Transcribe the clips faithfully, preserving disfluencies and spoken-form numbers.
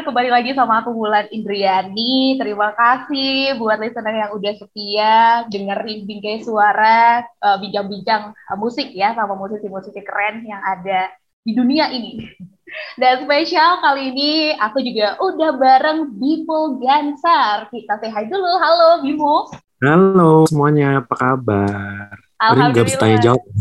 kembali lagi sama aku Wulan Indriani. Terima kasih buat listener yang udah setia dengerin bingkai suara, eh, bincang-bincang eh, musik ya sama musisi-musisi keren yang ada di dunia ini. Dan spesial kali ini aku juga udah bareng Bimo Gansar. Kita say hi dulu. Halo Bimo. Halo semuanya, apa kabar? Oh, ini nggak bisa tanya Alhamdulillah. jawab.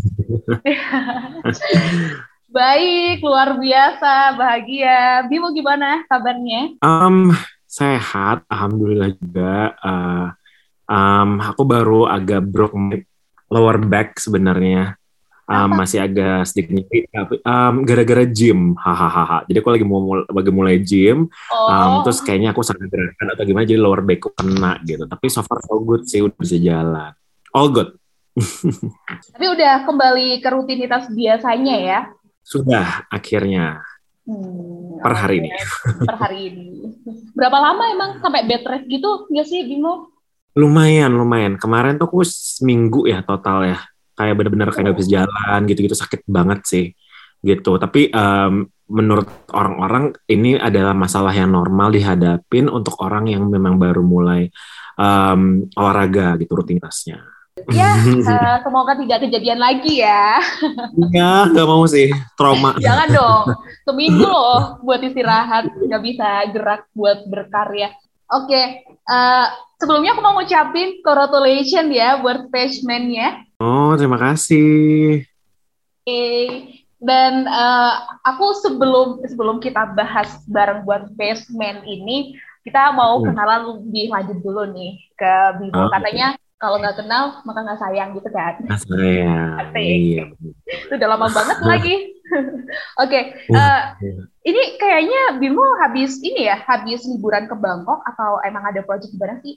Baik, luar biasa, bahagia. Bimo gimana kabarnya? Um, sehat, alhamdulillah juga. Uh, um, aku baru agak broke my lower back sebenarnya. Um, Kenapa? masih agak sedikit nyeri, tapi um, gara-gara gym, hahaha. Jadi aku lagi mau mul- lagi mulai gym, um, terus Oh. kayaknya aku salah gerakan atau gimana, jadi lower backku kena gitu. Tapi so far so good sih, udah bisa jalan. All good. Tapi udah kembali ke rutinitas biasanya ya. Sudah akhirnya Hmm, per hari oke. ini. Per hari ini. Berapa lama emang sampai bed rest gitu? Nggak sih, Bimo? Lumayan, lumayan. Kemarin tuh aku seminggu ya total ya. Kayak bener-bener kayak nggak bisa Oh. jalan gitu-gitu, sakit banget sih. Gitu. Tapi em, menurut orang-orang ini adalah masalah yang normal dihadapin untuk orang yang memang baru mulai em, olahraga gitu rutinitasnya. Ya, eh, semoga tidak kejadian lagi ya. Enggak, nggak mau sih. Trauma. Jangan dong. Seminggu loh buat istirahat. Nggak bisa gerak buat berkarya. Oke, eh, sebelumnya aku mau ngucapin congratulations ya buat Spaceman-nya. Oh, terima kasih. Oke. Dan eh, aku sebelum sebelum kita bahas bareng buat Spaceman ini, kita mau Hmm. kenalan lebih lanjut dulu nih ke Bimo. Oh, Katanya kalau nggak kenal maka nggak sayang gitu kan. nah, sayang. Asik. Iya. Itu udah lama banget lagi. Oke, eh, ini kayaknya Bimo habis ini ya, habis liburan ke Bangkok atau emang ada project di mana sih?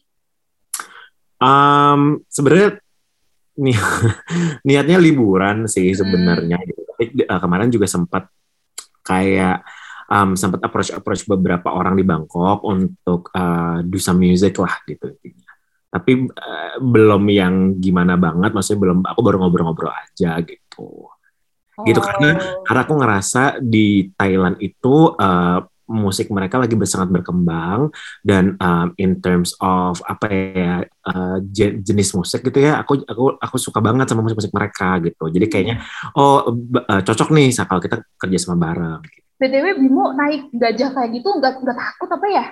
Um, sebenarnya nih niatnya liburan sih Hmm. sebenarnya gitu. Tapi uh, kemarin juga sempat kayak um, sempat approach approach beberapa orang di Bangkok untuk uh, do some music lah gitu. Tapi uh, belum yang gimana banget, maksudnya belum. Aku baru ngobrol-ngobrol aja gitu. Gitu karena Oh. karena aku ngerasa di Thailand itu uh, musik mereka lagi sangat berkembang dan um, in terms of apa ya uh, jenis musik gitu ya aku aku aku suka banget sama musik-musik mereka gitu jadi kayaknya Hmm. oh uh, cocok nih kalau kita kerja sama bareng. B T W Bimo naik gajah kayak gitu nggak nggak takut apa ya?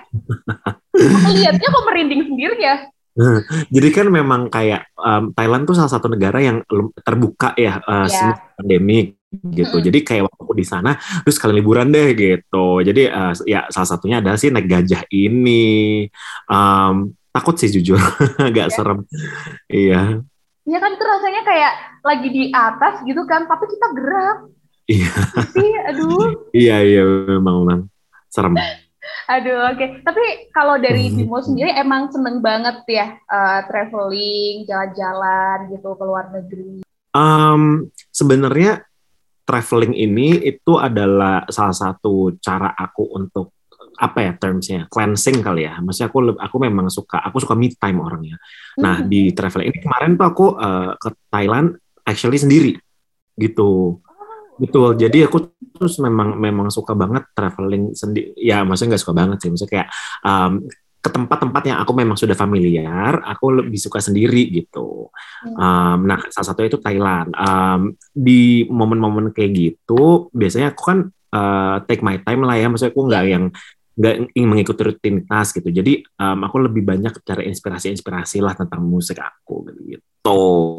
Aku lihatnya kok merinding sendiri ya. Jadi kan memang kayak um, Thailand tuh salah satu negara yang terbuka ya uh, sebelum Ya. pandemi gitu. Mm-mm. Jadi kayak waktu aku di sana terus sekalian liburan deh gitu. Jadi uh, ya salah satunya adalah sih naik gajah ini. Um, takut sih jujur, agak Ya. serem. Iya, Ya kan itu rasanya kayak lagi di atas gitu kan, tapi kita gerak. iya, Apa sih, aduh. iya, iya memang, memang serem. Aduh, oke. Tapi kalau dari Bimo sendiri emang seneng banget ya eh, traveling, jalan-jalan gitu ke luar negeri. Um, sebenarnya traveling ini itu adalah salah satu cara aku untuk apa ya termsnya cleansing kali ya. Maksudnya aku aku memang suka aku suka me time orangnya. Nah di Mhm. traveling ini kemarin tuh aku uh, ke Thailand actually sendiri gitu. Oh, Betul. Jadi aku terus memang memang suka banget traveling sendiri. Ya maksudnya nggak suka banget sih. Maksudnya kayak um, ke tempat-tempat yang aku memang sudah familiar, aku lebih suka sendiri gitu. Um, nah, salah satunya itu Thailand. Um, di momen-momen kayak gitu, biasanya aku kan uh, take my time lah ya. Maksudnya aku nggak ya. yang nggak ingin mengikuti rutinitas gitu. Jadi um, aku lebih banyak cari inspirasi-inspirasi lah tentang musik aku gitu.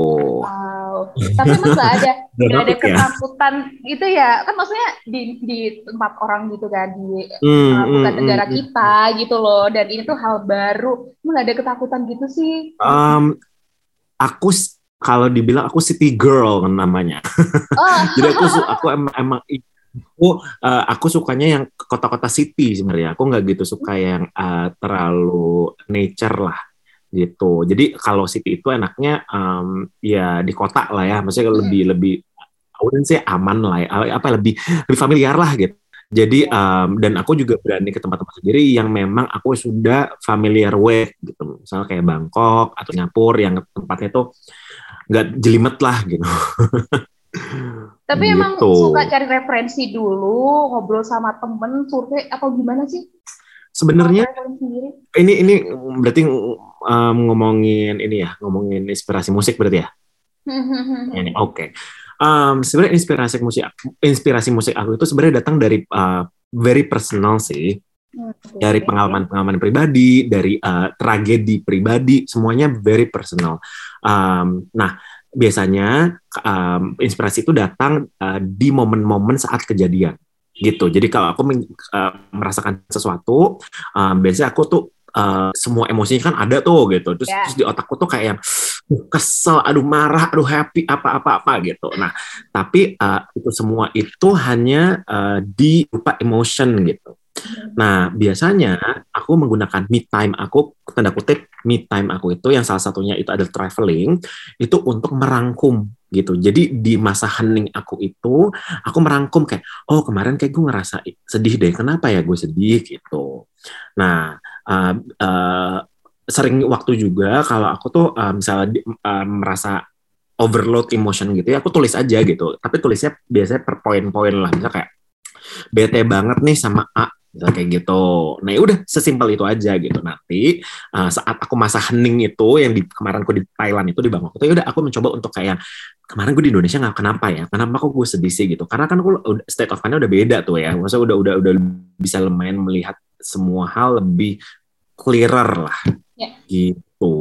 Wow. Tapi emang nggak ada nggak ada Dramatik ya. ketakutan gitu ya? Kan maksudnya di di tempat orang gitu kan di Hmm, uh, bukan hmm, hmm, negara hmm. kita gitu loh. Dan ini tuh hal baru. Emang nggak ada ketakutan gitu sih? Um, aku s- kalau dibilang aku city girl kan namanya. Jadi aku su- Oh. aku emang, emang aku uh, aku sukanya yang ke kota-kota city sebenarnya. Aku nggak gitu suka yang uh, terlalu nature lah gitu. Jadi kalau city itu enaknya um, ya di kota lah ya. Maksudnya lebih Mm-mm. lebih auden sih aman lah ya. Apa lebih lebih familiar lah gitu. Jadi Iya. um, dan aku juga berani ke tempat-tempat sendiri yang memang aku sudah familiar with gitu. Misalnya kayak Bangkok atau Singapura yang tempatnya tuh nggak jelimet lah gitu. Tapi emang Gitu. suka cari referensi dulu, ngobrol sama temen, survei, atau gimana sih? Kalau Sebenarnya traveling sendiri? ini ini berarti um, ngomongin ini ya, ngomongin inspirasi musik berarti ya. Ini oke. Okay. Um, sebenarnya inspirasi musik inspirasi musik aku itu sebenarnya datang dari uh, very personal sih, dari Oke. pengalaman-pengalaman pribadi, dari uh, tragedi pribadi, semuanya very personal. Um, nah, biasanya um, inspirasi itu datang uh, di momen-momen saat kejadian, gitu. Jadi kalau aku uh, merasakan sesuatu, um, biasanya aku tuh uh, semua emosinya kan ada tuh, gitu. Terus, terus Ya. di otakku tuh kayak yang kesel, aduh marah, aduh happy, apa-apa-apa gitu. Nah, tapi uh, itu semua itu hanya uh, di berupa emotion gitu. Nah, biasanya aku menggunakan me time aku, tanda kutip me time aku itu yang salah satunya itu adalah traveling, itu untuk merangkum gitu. Jadi di masa hening aku itu, aku merangkum kayak, oh kemarin kayak gue ngerasa sedih deh, kenapa ya gue sedih gitu. Nah, uh, uh, sering waktu juga kalau aku tuh uh, misalnya uh, merasa overload emotion gitu ya, aku tulis aja gitu. Tapi tulisnya biasanya per poin-poin lah, misalnya kayak bete banget nih sama A, misalnya kayak gitu. Nah, ya udah sesimpel itu aja gitu. Nanti uh, saat aku masa hening itu yang di kemarin aku di Thailand itu di Bangkok itu, ya udah aku mencoba untuk kayak kemarin gue di Indonesia nggak kenapa ya, kenapa kok gue sedih sih gitu. Karena kan aku state of mind-nya udah beda tuh ya. Maksudnya udah udah udah bisa lumayan melihat semua hal lebih clearer lah Ya. gitu.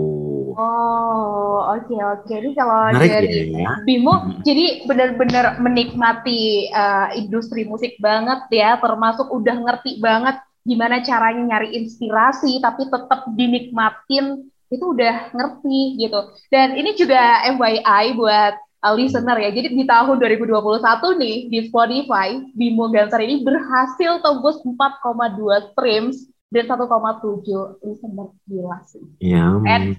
Oh, oke oke. Ini kalau Menarik dari ya. Bimo, jadi benar-benar menikmati uh, industri musik banget ya, termasuk udah ngerti banget gimana caranya nyari inspirasi, tapi tetap dinikmatin, itu udah ngerti gitu. Dan ini juga F Y I buat uh, listener ya, jadi di tahun dua ribu dua puluh satu nih, di Spotify, Bimo Gansar ini berhasil tembus empat koma dua streams dan satu koma tujuh listener, gila sih. Ya. And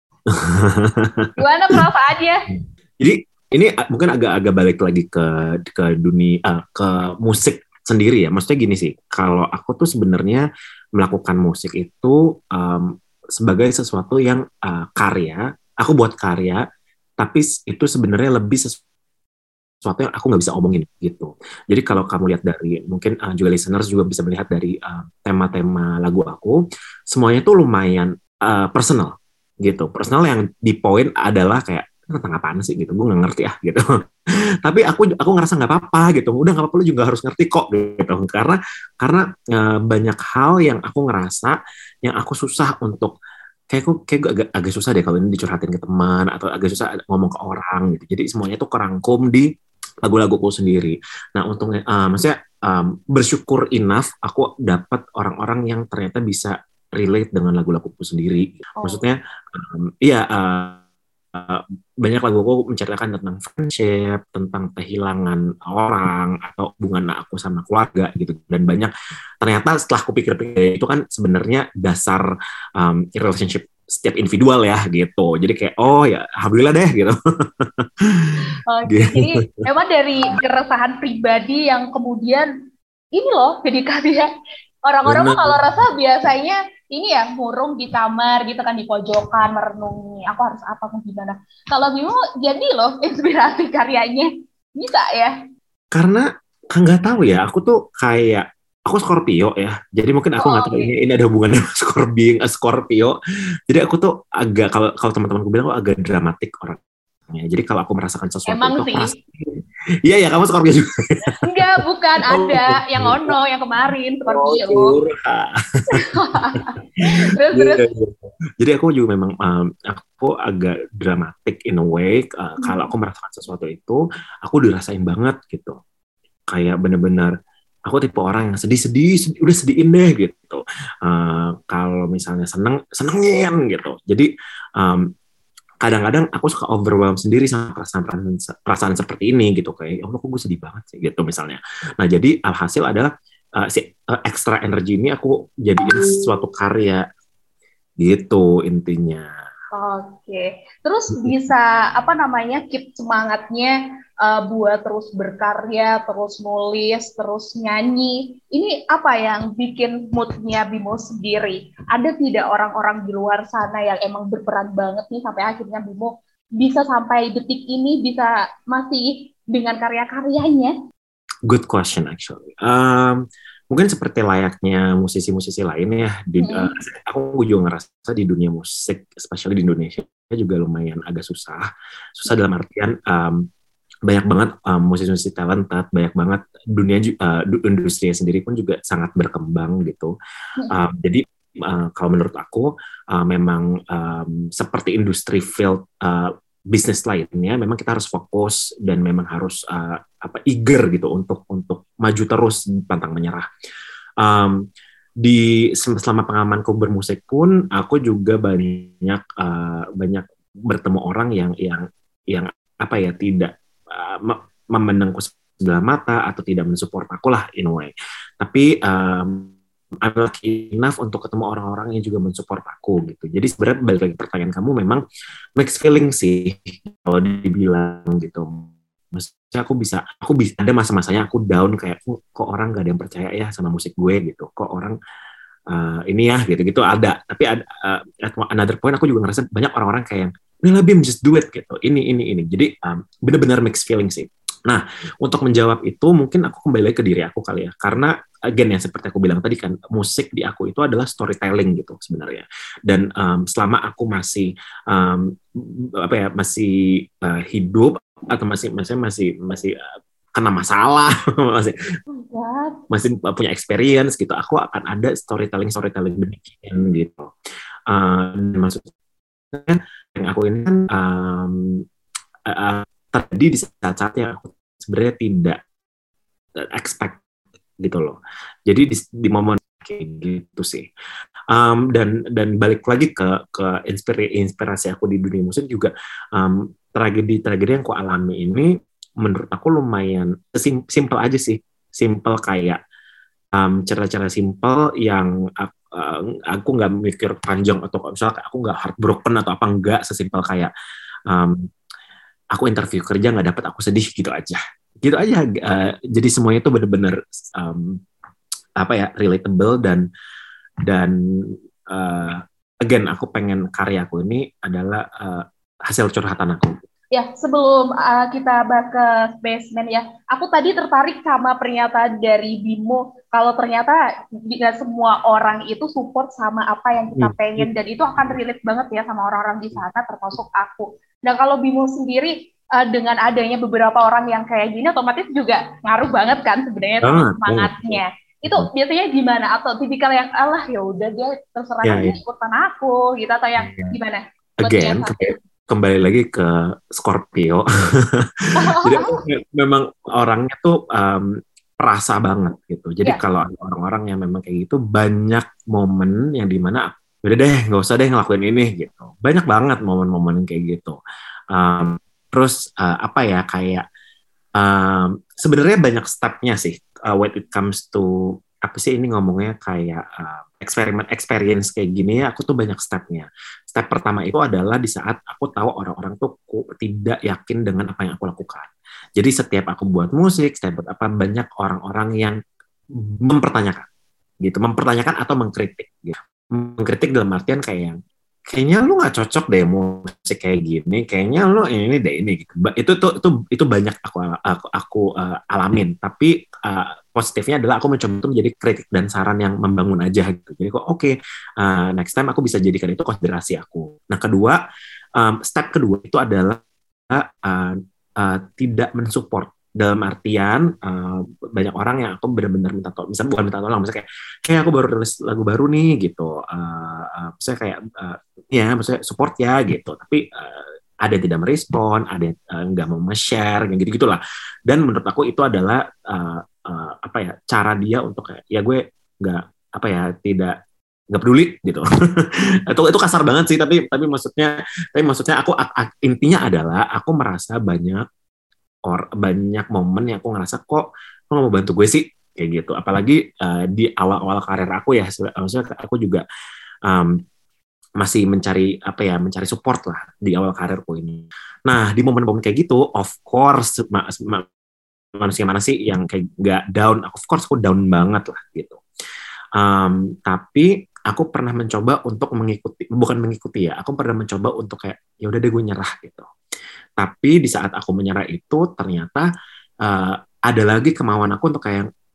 gimana perasaannya? Jadi ini mungkin agak-agak balik lagi ke ke dunia uh, ke musik sendiri ya. Maksudnya gini sih, kalau aku tuh sebenarnya melakukan musik itu um, sebagai sesuatu yang uh, karya. Aku buat karya, tapi itu sebenarnya lebih sesuatu yang aku nggak bisa omongin gitu. Jadi kalau kamu lihat dari mungkin uh, juga listeners juga bisa melihat dari uh, tema-tema lagu aku, semuanya tuh lumayan uh, personal gitu. Personal yang di poin adalah kayak tentang apaan sih gitu, gue nggak ngerti ah gitu. Tapi aku aku ngerasa nggak apa-apa gitu. Udah nggak apa-apa, lu juga harus ngerti kok gitu. Karena karena uh, banyak hal yang aku ngerasa yang aku susah untuk kayak aku kayak gue agak, agak susah deh kalau ini dicurhatin ke teman atau agak susah ngomong ke orang gitu. Jadi semuanya tuh kerangkum di lagu-laguku sendiri. Nah, untungnya, uh, maksudnya um, bersyukur enough aku dapat orang-orang yang ternyata bisa relate dengan lagu-laguku sendiri. Oh. Maksudnya, um, iya, uh, uh, banyak laguku menceritakan tentang friendship, tentang kehilangan orang atau hubungan aku sama keluarga gitu. Dan banyak ternyata setelah aku pikir-pikir itu kan sebenarnya dasar um, relationship setiap individual ya gitu. Jadi kayak oh ya alhamdulillah deh gitu. Oke, jadi emang dari keresahan pribadi yang kemudian ini loh jadi karya. Orang-orang mah Bener. kalau rasa biasanya ini ya murung di kamar gitu kan di pojokan merenungi aku harus apa mau gimana. Kalau Bimo jadi loh inspirasi karyanya bisa ya. Karena nggak tahu ya, aku tuh kayak aku Scorpio ya, jadi mungkin aku nggak Oh, tahu oke. ini ini ada hubungannya dengan Scorpio, being a Scorpio. Jadi aku tuh agak kalau kalau teman-temanku bilang aku agak dramatik orangnya. Jadi kalau aku merasakan sesuatu itu Emang aku rasa. sih. Iya ya, kamu Scorpio juga. Enggak, bukan ada Oh, yang ono yang kemarin oh Scorpio. curhat. Terus Iya, terus. iya. Jadi aku juga memang um, aku agak dramatik in a way. Uh, kalau Hmm. aku merasakan sesuatu itu, aku dirasain banget gitu. Kayak bener-bener aku tipe orang yang sedih-sedih, sedih, udah sedihin deh gitu. Uh, kalau misalnya seneng, senengin gitu. Jadi um, kadang-kadang aku suka overwhelm sendiri sama perasaan, perasaan seperti ini gitu. Kayak, ya Allah kok gue sedih banget sih gitu misalnya. Nah jadi alhasil adalah uh, si uh, extra energi ini aku jadiin suatu karya gitu intinya. Oke, terus bisa apa namanya keep semangatnya uh, buat terus berkarya, terus nulis, terus nyanyi. Ini apa yang bikin moodnya Bimo sendiri? Ada tidak orang-orang di luar sana yang emang berperan banget nih sampai akhirnya Bimo bisa sampai detik ini bisa masih dengan karya-karyanya? Good question actually. Um, mungkin seperti layaknya musisi-musisi lain ya, di, Mm-hmm. uh, aku juga ngerasa di dunia musik, especially di Indonesia juga lumayan agak susah. Susah dalam artian um, banyak banget um, musisi-musisi talented, banyak banget dunia uh, industri sendiri pun juga sangat berkembang gitu. Um, jadi uh, kalau menurut aku uh, memang um, seperti industri field uh, bisnis lainnya, memang kita harus fokus dan memang harus uh, apa eager gitu untuk untuk maju terus pantang menyerah. Um, di selama pengalamanku bermusik pun, aku juga banyak uh, banyak bertemu orang yang yang yang apa ya tidak uh, memandangku sebelah mata atau tidak mensupport aku lah in a way. Tapi um, I'm lucky enough untuk ketemu orang-orang yang juga mensupport aku gitu. Jadi sebenarnya balik lagi pertanyaan kamu, memang mixed feeling sih kalau dibilang gitu. Maksudnya aku bisa, aku bisa ada masa-masanya aku down kayak kok orang gak ada yang percaya ya sama musik gue gitu. Kok orang uh, ini ya gitu-gitu ada. Tapi ada uh, at another point aku juga ngerasa banyak orang-orang kayak yang udah lebih just do it gitu. Ini ini ini. Jadi um, benar-benar mixed feeling sih. Nah, untuk menjawab itu mungkin aku kembali lagi ke diri aku kali ya. Karena again yang seperti aku bilang tadi kan, musik di aku itu adalah storytelling gitu sebenarnya. Dan um, selama aku masih um, apa ya masih uh, hidup atau masih masih masih masih uh, kena masalah, masih masih punya experience gitu, aku akan ada storytelling storytelling demikian gitu. Uh, maksudnya yang aku ini kan um, uh, terjadi di saat-saat yang aku sebenarnya tidak expect gitu loh. Jadi di, di momen kayak gitu sih. Um, dan dan balik lagi ke ke inspirasi, inspirasi aku di dunia musik juga, um, tragedi-tragedi yang aku alami ini menurut aku lumayan sim simple aja sih. Simple kayak um, cara-cara simple yang aku, uh, aku nggak mikir panjang atau misalnya aku nggak heartbroken atau apa, enggak, sesimpel kayak um, aku interview kerja nggak dapat, aku sedih gitu aja, gitu aja. Uh, jadi semuanya itu benar-benar um, apa ya relatable dan dan uh, again aku pengen karyaku ini adalah uh, hasil curhatan aku. Ya, sebelum uh, kita bahas ke basement ya, aku tadi tertarik sama pernyataan dari Bimo kalau ternyata tidak semua orang itu support sama apa yang kita pengen, dan itu akan relate banget ya sama orang-orang di sana termasuk aku. Dan kalau Bimo sendiri uh, dengan adanya beberapa orang yang kayak gini otomatis juga ngaruh banget kan sebenarnya sama semangatnya. Itu biasanya gimana? Atau tipikal yang alah ya udah dia terserah ya, dia ya. ikutan aku gitu, atau yang ya. Gimana? Again, kembali lagi ke Scorpio. Jadi memang orangnya tuh um, perasa banget gitu. Jadi yeah. kalau ada orang-orang yang memang kayak gitu, banyak momen yang dimana udah deh nggak usah deh ngelakuin ini gitu. Banyak banget momen-momen kayak gitu. Um, terus uh, apa ya kayak um, sebenarnya banyak stepnya sih uh, when it comes to apa sih ini ngomongnya kayak uh, eksperimen experience kayak gini ya, aku tuh banyak stepnya. Step pertama itu adalah di saat aku tahu orang-orang tuh tidak yakin dengan apa yang aku lakukan. Jadi setiap aku buat musik, setiap buat apa, banyak orang-orang yang mempertanyakan gitu, mempertanyakan atau mengkritik gitu. Mengkritik dalam artian kayak yang kayaknya lu nggak cocok deh musik kayak gini, kayaknya lu ini deh ini gitu. Itu tuh itu itu banyak aku aku, aku uh, alamin. Tapi uh, positifnya adalah aku mencoba itu menjadi kritik dan saran yang membangun aja gitu. Jadi kok oke, okay, uh, next time aku bisa jadikan itu konsiderasi aku. Nah kedua, um, step kedua itu adalah uh, uh, tidak mensupport. Dalam artian uh, banyak orang yang aku benar-benar minta tolong, misalnya bukan minta tolong, misalnya kayak kayak aku baru rilis lagu baru nih gitu, uh, uh, misalnya kayak uh, ya maksudnya support ya gitu, tapi uh, ada yang tidak merespon, ada yang uh, nggak mau share, yang gitu gitulah. Dan menurut aku itu adalah uh, uh, apa ya cara dia untuk kayak ya gue nggak apa ya tidak nggak peduli gitu. itu itu kasar banget sih, tapi tapi maksudnya tapi maksudnya aku intinya adalah aku merasa banyak or banyak momen yang aku ngerasa kok lo nggak mau bantu gue sih kayak gitu, apalagi uh, di awal-awal karir aku ya, maksudnya aku juga um, masih mencari apa ya mencari support lah di awal karirku ini. Nah di momen-momen kayak gitu, of course ma ma manusia mana sih yang kayak nggak down, of course aku down banget lah gitu. Um, tapi aku pernah mencoba untuk mengikuti, bukan mengikuti ya, aku pernah mencoba untuk kayak ya udah deh gue nyerah gitu. Tapi di saat aku menyerah itu ternyata uh, ada lagi kemauan aku untuk kayak eh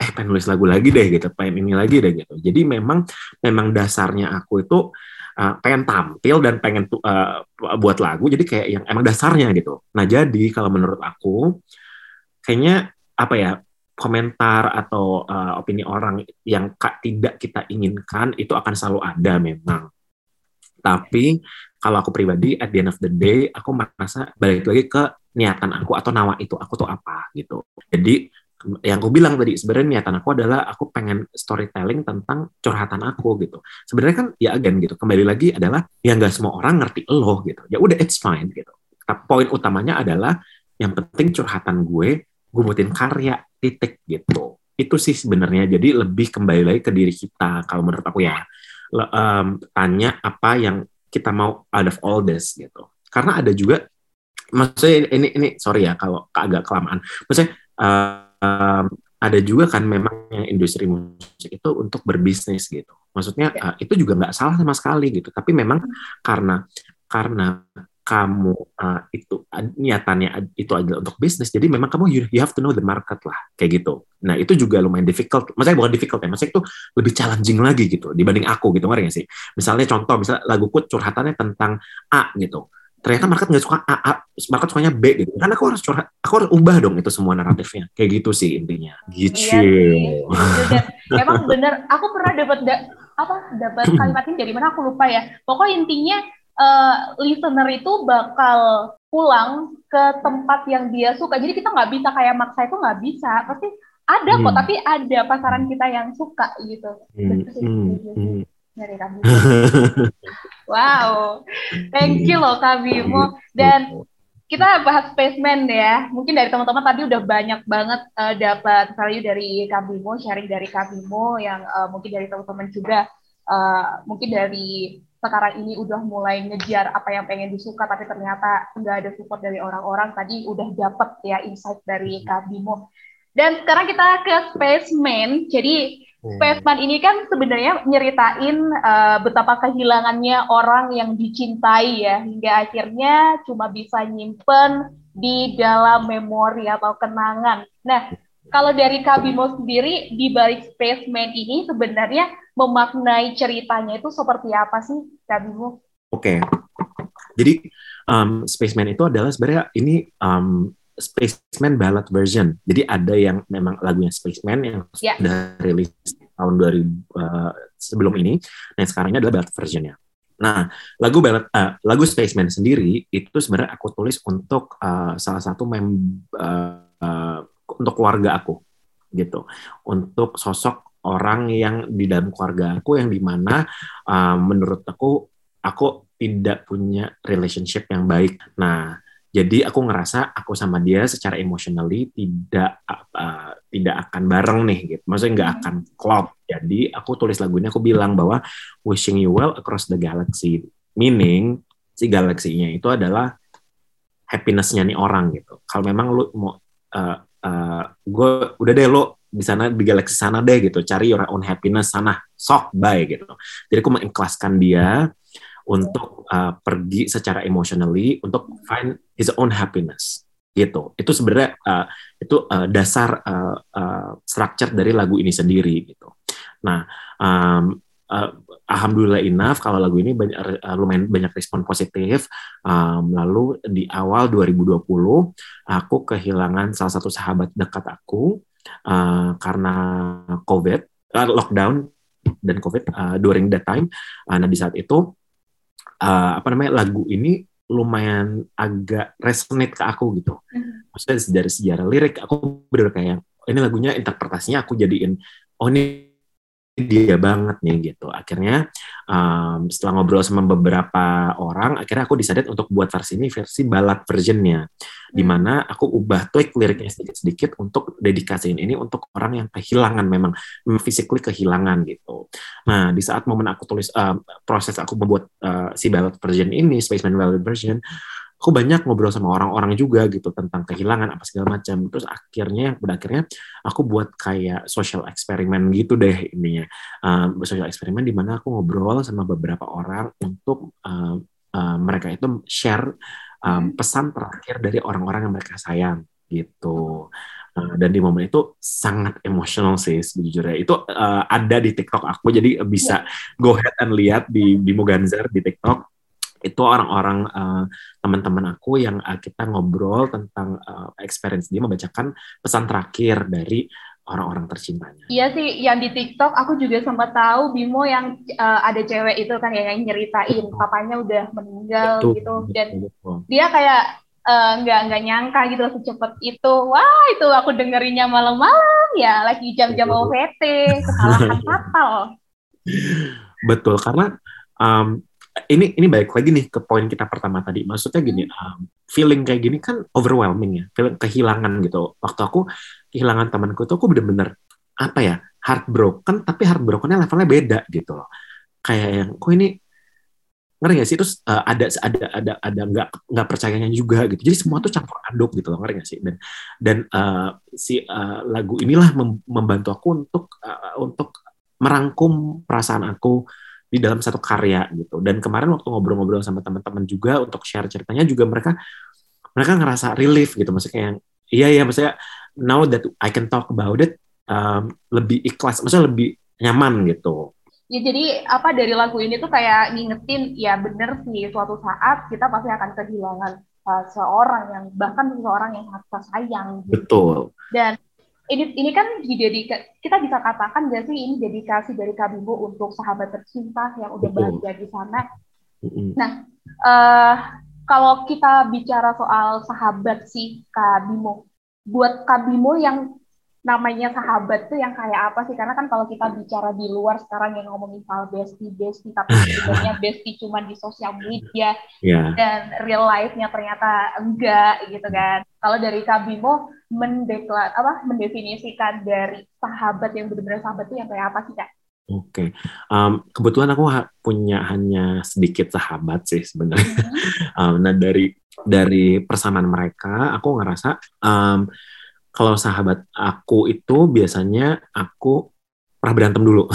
eh pengen nulis lagu lagi deh gitu, pengen ini lagi deh gitu. Jadi memang memang dasarnya aku itu uh, pengen tampil dan pengen uh, buat lagu, jadi kayak yang emang dasarnya gitu. Nah jadi kalau menurut aku kayaknya apa ya, komentar atau uh, opini orang yang kak tidak kita inginkan itu akan selalu ada memang. Tapi kalau aku pribadi, at the end of the day, aku merasa balik lagi ke niatan aku atau nawa itu, aku tuh apa gitu. Jadi yang aku bilang tadi, sebenarnya niatan aku adalah aku pengen storytelling tentang curhatan aku gitu. Sebenarnya kan ya again gitu, kembali lagi adalah ya nggak semua orang ngerti lo gitu. Ya udah it's fine gitu. Tapi poin utamanya adalah yang penting curhatan gue, gue buatin karya titik gitu. Itu sih sebenarnya. Jadi lebih kembali lagi ke diri kita kalau menurut aku ya. Um, tanya apa yang kita mau out of all this gitu. Karena ada juga, maksudnya ini ini sorry ya kalau agak kelamaan. Maksudnya um, ada juga kan memang yang industri musik itu untuk berbisnis gitu. Maksudnya uh, itu juga nggak salah sama sekali gitu. Tapi memang karena karena kamu uh, itu uh, niatannya itu adalah untuk bisnis, jadi memang kamu you, you have to know the market lah, kayak gitu. Nah itu juga lumayan difficult, maksudnya bukan difficult ya, maksudnya itu lebih challenging lagi gitu dibanding aku gitu, ngerti nggak sih? Misalnya contoh, misalnya laguku curhatannya tentang A gitu, ternyata market nggak suka A, A, market sukanya B gitu, karena aku harus curhat, aku harus ubah dong itu semua naratifnya, kayak gitu sih intinya. Gitu. Iya sih. Dan emang bener, aku pernah dapat da, apa dapat kalimat ini dari mana aku lupa ya. Pokoknya intinya Uh, listener itu bakal pulang ke tempat yang dia suka. Jadi kita nggak bisa kayak maksa, itu nggak bisa. Pasti ada kok, hmm. tapi ada pasaran kita yang suka gitu. Hmm. Betul, hmm. Hmm. Dari Kak Bimo. Wow, thank you loh Kak Bimo. Dan kita bahas Spaceman ya. Mungkin dari teman-teman tadi udah banyak banget uh, dapat value dari Kak Bimo, sharing dari Kak Bimo yang uh, mungkin dari teman-teman juga uh, mungkin dari sekarang ini udah mulai ngejar apa yang pengen disuka, tapi ternyata nggak ada support dari orang-orang. Tadi udah dapet ya insight dari Kak Bimo. Dan sekarang kita ke Spaceman. Jadi Spaceman ini kan sebenarnya nyeritain uh, betapa kehilangannya orang yang dicintai ya, hingga akhirnya cuma bisa nyimpen di dalam memori atau kenangan. Nah, kalau dari Kak Bimo sendiri, di balik Spaceman ini sebenarnya memaknai ceritanya itu seperti apa sih, Kak Bimo? Oke, okay. Jadi um, Spaceman itu adalah sebenarnya ini um, Spaceman ballad version. Jadi ada yang memang lagunya Spaceman yang yeah. sudah rilis tahun dua ribu uh, sebelum ini, dan sekarang ini adalah ballad versionnya. Nah, lagu ballad, uh, lagu Spaceman sendiri itu sebenarnya aku tulis untuk uh, salah satu mem uh, uh, untuk keluarga aku, gitu, untuk sosok orang yang di dalam keluarga aku yang dimana uh, menurut aku aku tidak punya relationship yang baik. Nah, jadi aku ngerasa aku sama dia secara emotionally tidak uh, tidak akan bareng nih, gitu. Maksudnya nggak akan klop. Jadi aku tulis lagu ini, aku bilang bahwa wishing you well across the galaxy, meaning si galaksinya itu adalah happiness-nya nih orang gitu. Kalau memang lu mau uh, uh, gue udah deh lo di sana di galaksi sana deh gitu, cari your own happiness sana, sok bye gitu. Jadi aku mengikhlaskan dia untuk uh, pergi secara emotionally untuk find his own happiness gitu. Itu sebenarnya uh, itu uh, dasar uh, uh, structure dari lagu ini sendiri gitu. Nah, um, uh, alhamdulillah enough kalau lagu ini banyak uh, lumayan banyak respon positif. Um, lalu di awal dua ribu dua puluh aku kehilangan salah satu sahabat dekat aku uh, karena COVID, uh, lockdown dan COVID uh, during that time. Uh, nah di saat itu Uh, apa namanya lagu ini lumayan agak resonate ke aku gitu. Maksudnya dari sejarah lirik aku bener kayak ini lagunya interpretasinya aku jadiin oh ini dia banget nih gitu. Akhirnya um, setelah ngobrol sama beberapa orang, akhirnya aku decided untuk buat versi ini versi ballad versionnya, di mana aku ubah tweak liriknya sedikit-sedikit untuk dedikasiin ini untuk orang yang kehilangan memang physically kehilangan gitu. Nah di saat momen aku tulis uh, proses aku membuat uh, si ballad version ini, Spaceman ballad version, aku banyak ngobrol sama orang-orang juga gitu tentang kehilangan apa segala macam. Terus akhirnya pada akhirnya aku buat kayak social eksperimen gitu deh intinya. Um, social eksperimen di mana aku ngobrol sama beberapa orang untuk um, um, mereka itu share um, pesan terakhir dari orang-orang yang mereka sayang gitu. Uh, dan di momen itu sangat emosional sih sejujurnya. Itu uh, ada di TikTok aku, jadi bisa go ahead and lihat di Bimo Ganzer di TikTok. Itu orang-orang uh, teman-teman aku yang uh, kita ngobrol tentang uh, experience dia membacakan pesan terakhir dari orang-orang tercintanya. Iya sih, yang di TikTok aku juga sempat tahu Bimo yang uh, ada cewek itu kan ya, yang nyeritain betul. Papanya udah meninggal betul, gitu, dan betul, betul. Dia kayak nggak uh, nggak nyangka gitu secepat itu. Wah, itu aku dengerinnya malam-malam ya, lagi jam-jam O V T, kesalahan fatal. Betul, karena um, ini ini balik lagi nih ke poin kita pertama tadi. Maksudnya gini, um, feeling kayak gini kan overwhelming ya, feeling kehilangan gitu. Waktu aku kehilangan temanku tuh aku bener-bener apa ya, heartbroken, tapi heartbrokennya levelnya beda gitu loh. Kayak yang, kok ini ngerti gak sih? Terus uh, ada ada ada ada nggak nggak percayanya juga gitu. Jadi semua tuh campur aduk gitu loh, ngerti gak sih? Dan dan uh, si uh, lagu inilah mem- membantu aku untuk uh, untuk merangkum perasaan aku di dalam satu karya gitu. Dan kemarin waktu ngobrol-ngobrol sama teman-teman juga untuk share ceritanya juga, mereka mereka ngerasa relief gitu. Maksudnya yang iya ya, maksudnya now that I can talk about it, um, lebih ikhlas, maksudnya lebih nyaman gitu. Ya, jadi apa dari lagu ini tuh kayak ngingetin, ya bener sih, suatu saat kita pasti akan kehilangan uh, seorang yang, bahkan seseorang yang kita sayang. Gitu. Betul. Dan ini ini kan dijadikan, kita bisa katakan gak sih ini dedikasi dari Kak Bimo untuk sahabat tercinta yang udah betul. Bahagia di sana. Mm-hmm. Nah, uh, kalau kita bicara soal sahabat sih Kak Bimo, buat Kak Bimo yang namanya sahabat tuh yang kayak apa sih? Karena kan kalau kita bicara di luar sekarang yang ngomongin soal bestie bestie, tapi sebenarnya bestie cuma di sosial media yeah. dan real life-nya ternyata enggak gitu kan. Kalau dari Kak Bimo mendeklar apa mendefinisikan dari sahabat yang benar-benar sahabat itu yang kayak apa sih Kak? Oke, okay. um, kebetulan aku ha- punya hanya sedikit sahabat sih sebenarnya. Mm-hmm. um, nah dari dari persamaan mereka, aku ngerasa um, kalau sahabat aku itu biasanya aku pernah berantem dulu.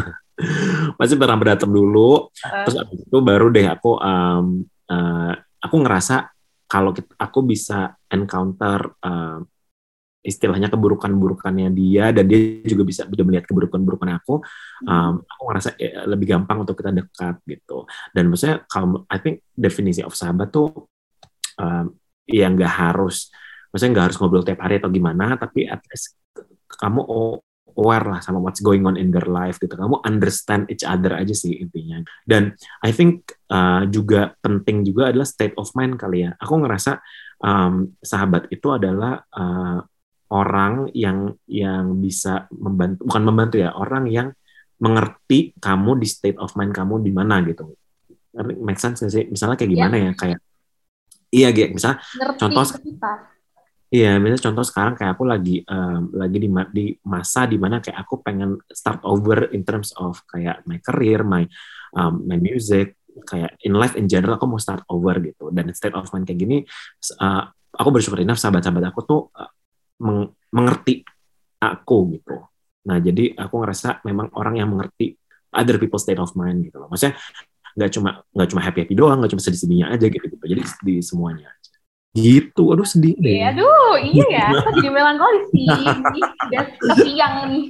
Pasti pernah berantem dulu, uh. terus abis itu baru deh aku um, uh, aku ngerasa kalau kita, aku bisa encounter uh, istilahnya keburukan-burukannya dia, dan dia juga bisa bisa melihat keburukan-burukan aku. Um, aku ngerasa ya, lebih gampang untuk kita dekat gitu. Dan maksudnya kalau I think definisi of sahabat tuh um, ya nggak harus, maksudnya nggak harus ngobrol tiap hari atau gimana, tapi at least kamu aware lah sama what's going on in their life gitu. Kamu understand each other aja sih intinya. Dan I think uh, juga penting juga adalah state of mind kali ya. Aku ngerasa um, sahabat itu adalah uh, orang yang yang bisa membantu, bukan membantu ya, orang yang mengerti kamu di state of mind kamu di mana gitu. Make sense nggak sih? Misalnya kayak gimana ya, ya? Kayak iya gitu, misalnya ngerti contoh kita. Iya, misalnya contoh sekarang kayak aku lagi um, lagi di, di masa dimana kayak aku pengen start over in terms of kayak my career, my um, my music, kayak in life in general aku mau start over gitu. Dan state of mind kayak gini, uh, aku bersyukur enough sahabat-sahabat aku tuh uh, meng- mengerti aku gitu. Nah jadi aku ngerasa memang orang yang mengerti other people state of mind gitu loh. Maksudnya nggak cuma nggak cuma happy happy doang, nggak cuma sedih-sedihnya aja gitu, gitu. Jadi di semuanya aja. Gitu, aduh sedih deh. Ya, aduh, iya ya, kok jadi melankolis sih, udah siang nih.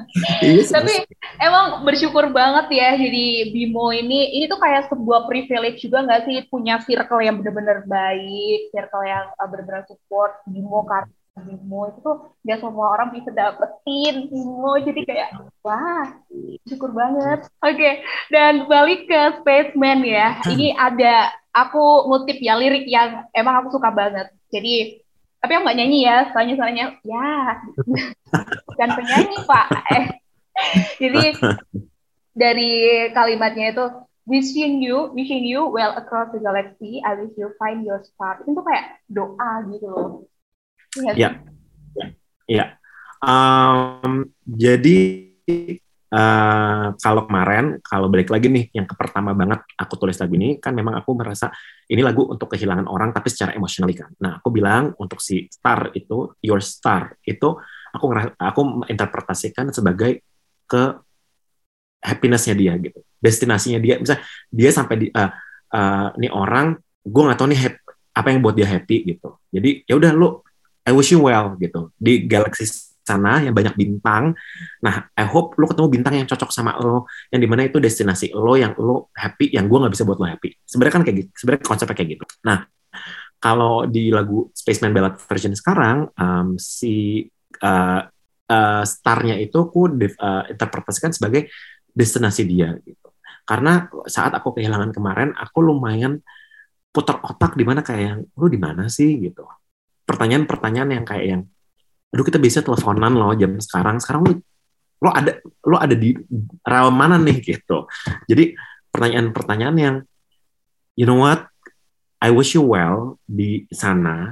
Tapi emang bersyukur banget ya, jadi Bimo ini, ini tuh kayak sebuah privilege juga nggak sih, punya circle yang benar-benar baik, circle yang benar-benar support Bimo, karena Bimo itu tuh nggak semua orang bisa dapetin Bimo, jadi kayak wah, syukur banget. Oke, okay. Dan balik ke Spaceman ya, ini ada aku ngutip ya lirik yang emang aku suka banget. Jadi, tapi aku nggak nyanyi ya, soalnya soalnya ya, bukan penyanyi Pak. Eh. Jadi dari kalimatnya itu, wishing you, wishing you well across the galaxy, I wish you find your star. Itu tuh kayak doa gitu loh. Iya, iya. Um, jadi Uh, kalau kemarin, kalau balik lagi nih, yang ke pertama banget aku tulis lagu ini, kan memang aku merasa ini lagu untuk kehilangan orang, tapi secara emosional kan. Nah, aku bilang untuk si star itu, your star, itu aku ngerasa, aku menginterpretasikan sebagai ke happiness-nya dia gitu, destinasinya dia. Misalnya dia sampai di, uh, uh, nih orang, gue nggak tahu nih happy, apa yang buat dia happy gitu. Jadi ya udah lo I wish you well gitu di galaksi sana yang banyak bintang. Nah, I hope lo ketemu bintang yang cocok sama lo, yang dimana itu destinasi lo, yang lo happy, yang gue nggak bisa buat lo happy. Sebenarnya kan kayak gitu. Sebenarnya konsepnya kayak gitu. Nah, kalau di lagu Spaceman Ballad version sekarang, um, si uh, uh, starnya itu aku uh, interpretasikan sebagai destinasi dia gitu. Karena saat aku kehilangan kemarin, aku lumayan putar otak di mana kayak yang lu di mana sih gitu. Pertanyaan-pertanyaan yang kayak yang, aduh kita bisa teleponan loh jam sekarang. Sekarang lu lo ada lo ada di realm mana nih gitu. Jadi pertanyaan-pertanyaan yang, you know what, I wish you well di sana,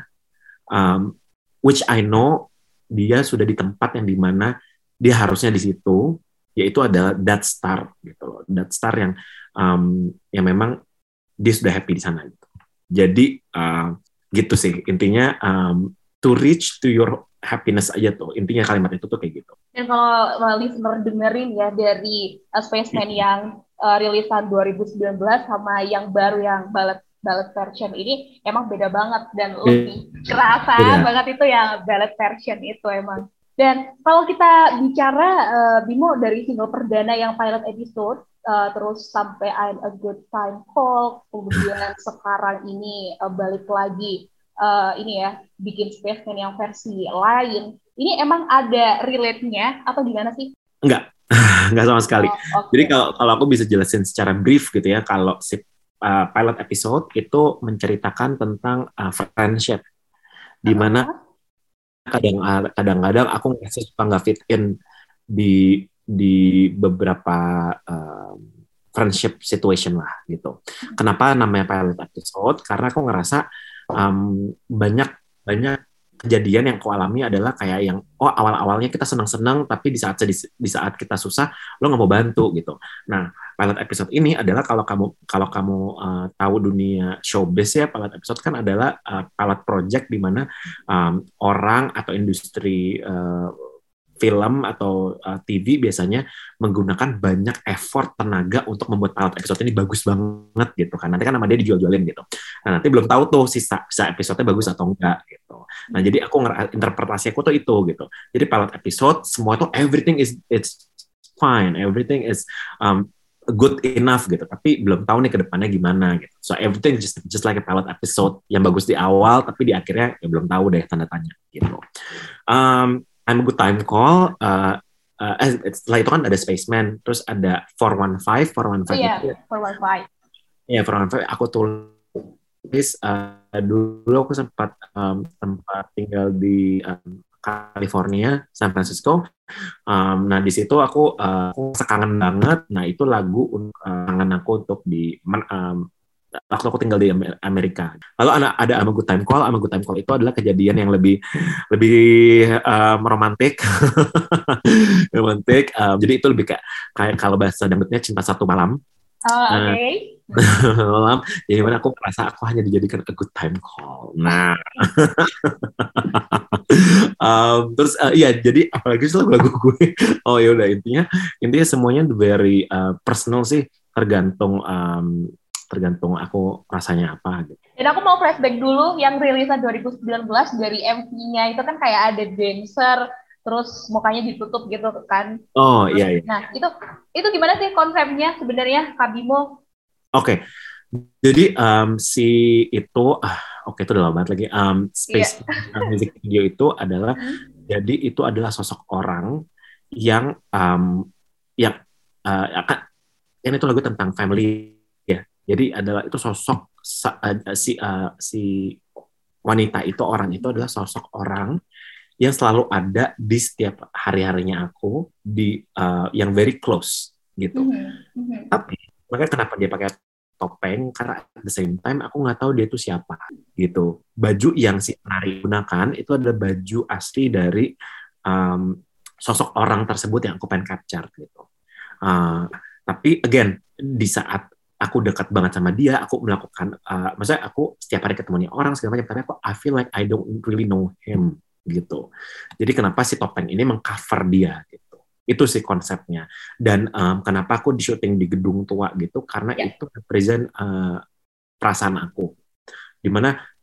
um, which I know dia sudah di tempat yang dimana dia harusnya di situ, yaitu adalah that star gitu loh, that star yang um, yang memang dia sudah happy di sana gitu. Jadi uh, gitu sih intinya, um, to reach to your happiness aja tuh intinya kalimat itu tuh kayak gitu. Dan kalau listener dengerin ya dari uh, Spaceman yang uh, rilisan dua ribu sembilan belas sama yang baru yang ballad ballad version ini emang beda banget dan lebih kerasa yeah. banget itu yang ballad version itu emang. Dan kalau kita bicara uh, Bimo dari single perdana yang pilot episode uh, terus sampai I'm a Good Time Call, kemudian sekarang ini uh, balik lagi uh, ini ya bikin Spaceman yang versi lain. Ini emang ada relate-nya atau gimana sih? Enggak, enggak sama sekali. Oh, okay. Jadi kalau kalau aku bisa jelasin secara brief gitu ya, kalau si Uh, pilot episode itu menceritakan tentang uh, friendship, di mana kadang kadang-kadang aku ngerasa suka nggak fit in di di beberapa uh, friendship situation lah gitu. Kenapa namanya pilot episode? Karena aku ngerasa um, banyak banyak kejadian yang aku alami adalah kayak yang oh awal-awalnya kita senang-senang tapi di saat di saat kita susah lo nggak mau bantu gitu. Nah pilot episode ini adalah kalau kamu kalau kamu uh, tahu dunia showbiz ya, pilot episode kan adalah uh, pilot project di mana um, orang atau industri uh, film atau uh, T V biasanya menggunakan banyak effort tenaga untuk membuat pilot episode ini bagus banget gitu kan. Nanti kan nama dia dijual-jualin gitu. Nah, nanti belum tahu tuh sisa, sisa episode-nya bagus atau enggak gitu. Nah, jadi aku interpretasi aku tuh itu gitu. Jadi pilot episode semua tuh everything is it's fine, everything is um, good enough gitu. Tapi belum tahu nih ke depannya gimana gitu. So everything just just like a pilot episode yang bagus di awal tapi di akhirnya ya belum tahu deh tanda tanya gitu. Um, I'm a Good Time Call, uh, uh, setelah itu kan ada Spaceman, terus ada four one five, four one five. Oh iya, yeah, four one five. Iya, yeah, four one five aku tulis, uh, dulu aku sempat um, tempat tinggal di um, California, San Francisco. Um, nah, di situ aku, uh, aku sekangen banget, nah itu lagu uh, kangen aku untuk di... Um, waktu aku tinggal di Amerika. Lalu ada ada I'm a Good Time Call. I'm a Good Time Call itu adalah kejadian yang lebih lebih um, romantik, romantik. Um, jadi itu lebih kayak kayak kalau bahasa dangdutnya cinta satu malam. Oh, oke. Okay. Malam. Jadi mana aku merasa aku hanya dijadikan a good time call. Nah, um, terus uh, iya jadi apalagi sih lagu gue. Oh ya udah intinya intinya semuanya very uh, personal sih, tergantung. Um, tergantung aku rasanya apa gitu. Dan aku mau flashback dulu yang rilisan dua ribu sembilan belas dari M V-nya itu kan kayak ada dancer terus mukanya ditutup gitu kan. Oh iya iya. Nah, itu itu gimana sih konsepnya sebenarnya Kak Bimo? Oke. Okay. Jadi um, si itu ah oke okay, itu udah lama banget lagi. Um, Space yeah. Music Video itu adalah hmm. jadi itu adalah sosok orang yang um, yang uh, akan yang itu lagu tentang family. Jadi adalah itu sosok si uh, si wanita itu orang itu adalah sosok orang yang selalu ada di setiap hari-harinya aku di uh, yang very close gitu. Mm-hmm. Tapi makanya kenapa dia pakai topeng karena at the same time aku nggak tahu dia itu siapa gitu. Baju yang si penari gunakan itu adalah baju asli dari um, sosok orang tersebut yang aku pengen capture gitu. Uh, tapi again di saat aku dekat banget sama dia, aku melakukan, uh, maksudnya aku setiap hari ketemunya orang segala macam, tapi aku I feel like I don't really know him gitu. Jadi kenapa si topeng ini mengcover dia gitu? Itu sih konsepnya. Dan um, kenapa aku di syuting di gedung tua gitu? Karena yeah. itu represent uh, perasaan aku. Dimana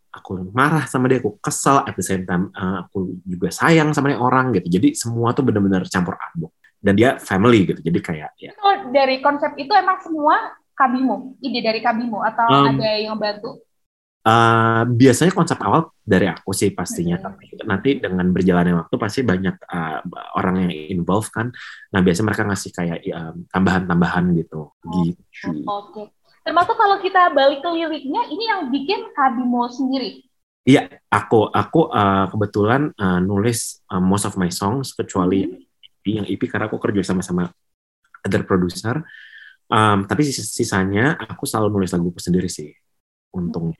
aku marah sama dia, aku kesel, at the same time uh, aku juga sayang sama dia orang gitu. Jadi semua tuh benar-benar campur aduk. Dan dia family gitu, jadi kayak ya. So, dari konsep itu emang semua Kak Bimo, ide dari Kak Bimo atau um, ada yang bantu? Uh, biasanya konsep awal dari aku sih pastinya, hmm. tapi nanti dengan berjalannya waktu pasti banyak uh, orang yang involved kan. Nah biasanya mereka ngasih kayak um, tambahan-tambahan gitu. Oh, gitu. Oke. Okay. Termasuk kalau kita balik ke liriknya, ini yang bikin Kak Bimo sendiri. Iya, aku aku uh, kebetulan uh, nulis uh, most of my songs kecuali hmm. E P, yang E P karena aku kerja sama sama other producer. Um, tapi sis- sisanya aku selalu nulis laguku sendiri sih. Untungnya.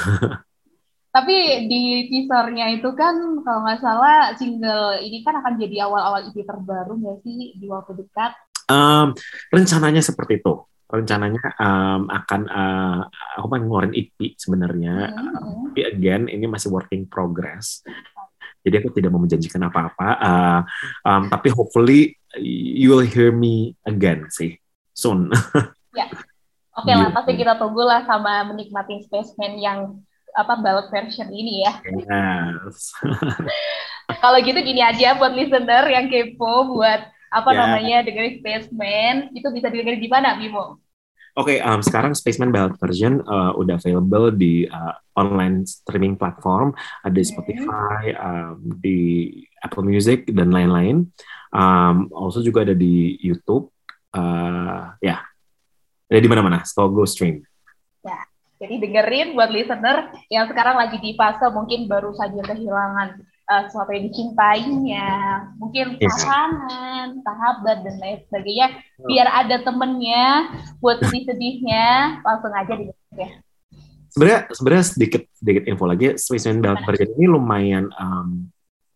Tapi di teasernya itu kan kalau nggak salah single ini kan akan jadi awal-awal E P terbaru nggak sih di waktu dekat? Um, rencananya seperti itu. Rencananya um, akan uh, aku pengen ngeluarin E P sebenarnya. Mm-hmm. Tapi again ini masih working progress. Jadi aku tidak mau menjanjikan apa-apa. Uh, um, tapi hopefully you will hear me again sih soon. Ya. Oke okay lah, pasti kita tunggu lah sama menikmati Spaceman yang apa ballad version ini ya. Yes. Kalau gitu gini aja buat listener yang kepo buat apa yeah. namanya dengerin Spaceman, itu bisa dengerin di mana, Bimo? Oke, okay, um, sekarang Spaceman ballad version uh, udah available di uh, online streaming platform, ada di Spotify, um, di Apple Music dan lain-lain. Um, also juga ada di YouTube. Uh, ya. Yeah. Ada di mana-mana, so go stream. Ya, jadi dengerin buat listener yang sekarang lagi di fase mungkin baru saja kehilangan uh, sesuatu yang dicintainya, mungkin pasangan, sahabat, dan lain sebagainya. Biar ada temennya buat sedih-sedihnya, langsung aja dengerin ya. Sebenarnya, sebenarnya sedikit sedikit info lagi, Spaceman ballad version ini lumayan um,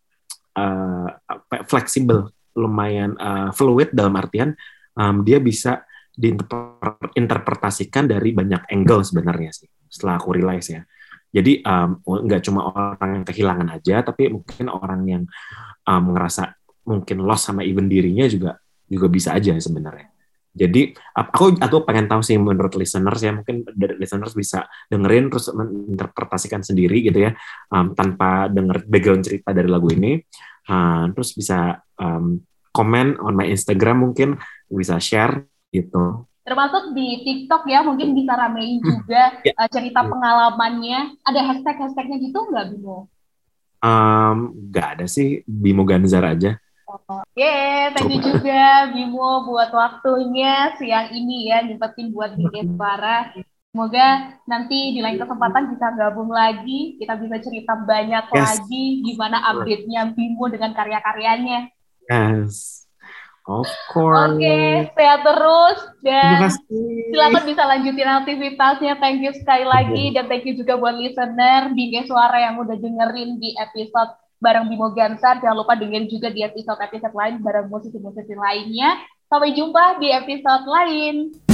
uh, fleksibel, lumayan uh, fluid dalam artian um, dia bisa diinterpretasikan dari banyak angle sebenarnya sih setelah aku realize ya. Jadi um, nggak cuma orang yang kehilangan aja, tapi mungkin orang yang um, ngerasa mungkin lost sama even dirinya juga juga bisa aja sebenarnya. Jadi aku aku pengen tahu sih menurut listeners ya, mungkin dari listeners bisa dengerin terus menginterpretasikan sendiri gitu ya, um, tanpa denger background cerita dari lagu ini, uh, terus bisa um, komen on my Instagram, mungkin bisa share gitu. Termasuk di TikTok ya, mungkin bisa ramein juga hmm. uh, cerita pengalamannya. Ada hashtag-hashtagnya gitu nggak, Bimo? Um, nggak ada sih, Bimo Ganzar aja. Oke, okay, thank you juga Bimo buat waktunya siang ini ya, nyempetin buat bikin suara. Semoga nanti di lain kesempatan bisa gabung lagi, kita bisa cerita banyak yes. lagi gimana update-nya Bimo dengan karya-karyanya. Yes. Of course. Oke, okay, sehat terus dan silakan bisa lanjutin aktivitasnya. Thank you sekali lagi dan thank you juga buat listener Bingkai Suara yang udah dengerin di episode bareng Bimo Ganzar. Jangan lupa dengerin juga di episode-episode lain bareng musisi-musisi lainnya. Sampai jumpa di episode lain.